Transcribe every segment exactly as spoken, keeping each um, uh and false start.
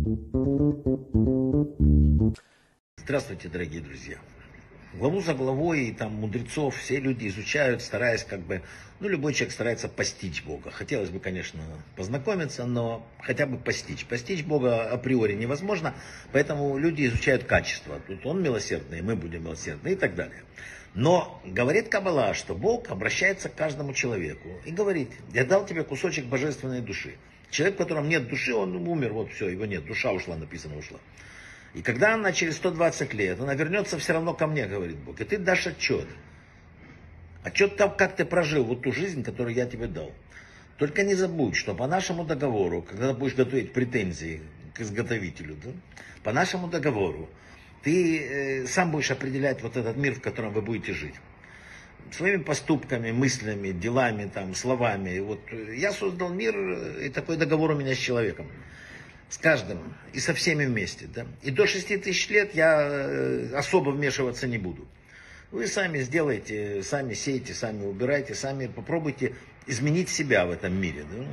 Здравствуйте, дорогие друзья. Главу за главой, и там мудрецов все люди изучают, стараясь как бы, ну, любой человек старается постичь Бога. Хотелось бы, конечно, познакомиться, но хотя бы постичь. Постичь Бога априори невозможно, поэтому люди изучают качество. Тут он милосердный, мы будем милосердны и так далее. Но говорит Каббала, что Бог обращается к каждому человеку и говорит: я дал тебе кусочек божественной души. Человек, в котором нет души, он умер, вот все, его нет, душа ушла, написано, ушла. И когда она через сто двадцать лет, она вернется все равно ко мне, говорит Бог. И ты дашь отчет. Отчет там, как ты прожил вот ту жизнь, которую я тебе дал. Только не забудь, что по нашему договору, когда будешь готовить претензии к изготовителю, да, по нашему договору, ты э, сам будешь определять вот этот мир, в котором вы будете жить. Своими поступками, мыслями, делами, там, словами. Вот я создал мир, и такой договор у меня с человеком. С каждым и со всеми вместе. Да? И до шести тысяч лет я особо вмешиваться не буду. Вы сами сделайте, сами сейте, сами убирайте, сами попробуйте изменить себя в этом мире. Да?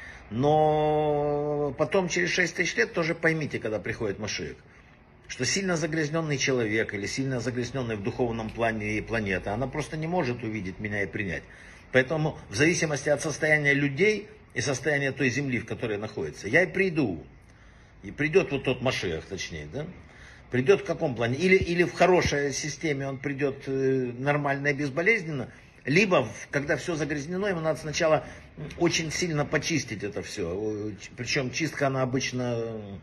Но потом через шесть тысяч лет тоже поймите, когда приходит Машиах, что сильно загрязненный человек или сильно загрязненный в духовном плане планета, она просто не может увидеть меня и принять. Поэтому в зависимости от состояния людей и состояния той земли, в которой находится, я и приду. И придет вот тот Машиах, точнее, да? Придет в каком плане? Или, или в хорошей системе он придет э, нормально и безболезненно, либо, когда все загрязнено, ему надо сначала очень сильно почистить это все. Причем чистка, она обычно,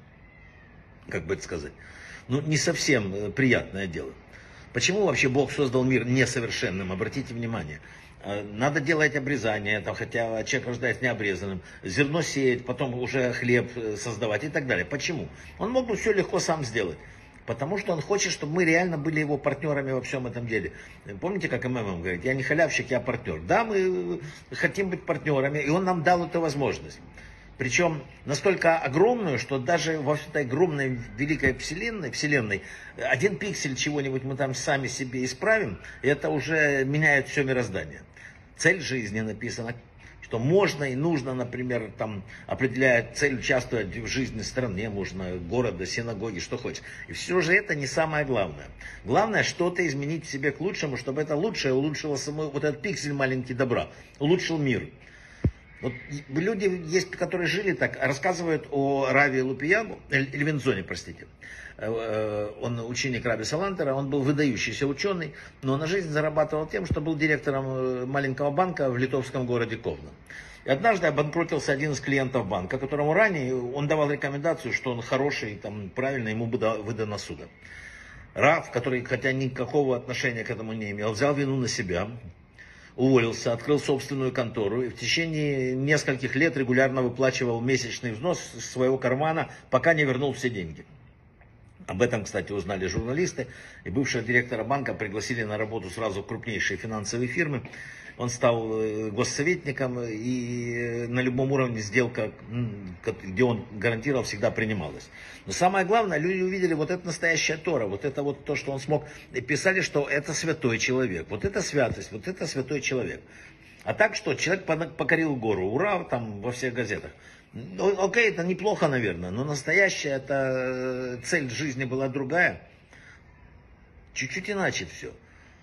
как бы это сказать, ну, не совсем приятное дело. Почему вообще Бог создал мир несовершенным? Обратите внимание. Надо делать обрезание, там, хотя человек рождается необрезанным, зерно сеять, потом уже хлеб создавать и так далее. Почему? Он мог бы все легко сам сделать. Потому что он хочет, чтобы мы реально были его партнерами во всем этом деле. Помните, как МММ говорит: я не халявщик, я партнер. Да, мы хотим быть партнерами, и он нам дал эту возможность. Причем настолько огромную, что даже во этой огромной великой вселенной, вселенной один пиксель чего-нибудь мы там сами себе исправим, и это уже меняет все мироздание. Цель жизни написана, что можно и нужно, например, там определяет цель участвовать в жизни страны, можно города, синагоги, что хочешь. И все же это не самое главное. Главное что-то изменить в себе к лучшему, чтобы это лучшее улучшило самой, вот этот пиксель маленький добра, улучшил мир. Вот люди есть, которые жили так, рассказывают о Раве Лупиягу, Левинзоне, простите. Он ученик Раби Салантера, он был выдающийся ученый, но на жизнь зарабатывал тем, что был директором маленького банка в литовском городе Ковна. И однажды обанкротился один из клиентов банка, которому ранее он давал рекомендацию, что он хороший, там, правильно, ему выдано судо. Рав, который, хотя никакого отношения к этому не имел, взял вину на себя, уволился, открыл собственную контору и в течение нескольких лет регулярно выплачивал месячный взнос из своего кармана, пока не вернул все деньги. Об этом, кстати, узнали журналисты, и бывшего директора банка пригласили на работу сразу в крупнейшие финансовые фирмы. Он стал госсоветником, и на любом уровне сделка, где он гарантировал, всегда принималась. Но самое главное, люди увидели вот это настоящая Тора, вот это вот то, что он смог, и писали, что это святой человек, вот это святость, вот это святой человек. А так что, человек покорил гору, ура, там во всех газетах. Ну, окей, это неплохо, наверное, но настоящая это цель жизни была другая. Чуть-чуть иначе все.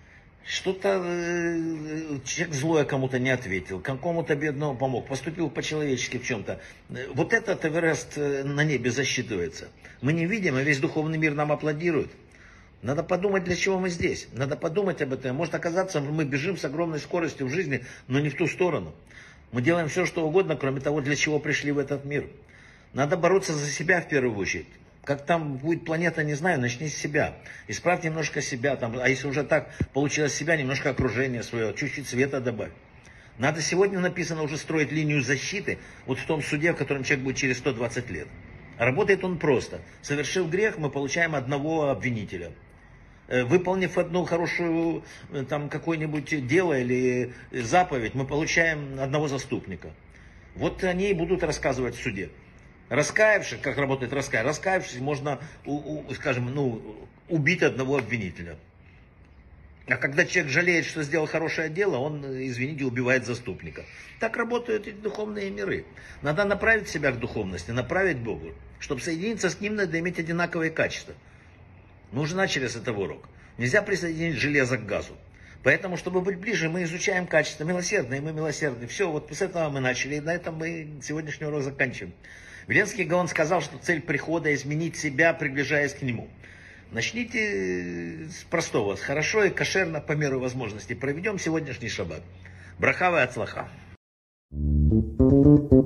Что-то э, человек злое кому-то не ответил, какому-то бедному помог, поступил по-человечески в чем-то. Вот этот Эверест на небе засчитывается. Мы не видим, а весь духовный мир нам аплодирует. Надо подумать, для чего мы здесь. Надо подумать об этом. Может оказаться, мы бежим с огромной скоростью в жизни, но не в ту сторону. Мы делаем все, что угодно, кроме того, для чего пришли в этот мир. Надо бороться за себя в первую очередь. Как там будет планета, не знаю, начни с себя. Исправь немножко себя, там, а если уже так получилось себя, немножко окружение свое, чуть-чуть света добавь. Надо сегодня, написано, уже строить линию защиты, вот в том суде, в котором человек будет через сто двадцать лет. А работает он просто. Совершив грех, мы получаем одного обвинителя. Выполнив одну хорошую, там, какое-нибудь дело или заповедь, мы получаем одного заступника. Вот они и будут рассказывать в суде. Раскаявшись, как работает раскаяние, раскаявшись, можно, у, у, скажем, ну, убить одного обвинителя. А когда человек жалеет, что сделал хорошее дело, он, извините, убивает заступника. Так работают эти духовные миры. Надо направить себя к духовности, направить к Богу. Чтобы соединиться с Ним, надо иметь одинаковые качества. Мы уже начали с этого урока. Нельзя присоединить железо к газу. Поэтому, чтобы быть ближе, мы изучаем качество милосердное, и мы милосердны. Все, вот с этого мы начали, и на этом мы сегодняшний урок заканчиваем. Веленский Гаон сказал, что цель прихода – изменить себя, приближаясь к Нему. Начните с простого, с хорошо и кошерно по мере возможностей. Проведем сегодняшний шаббат. Браха ве ацлаха.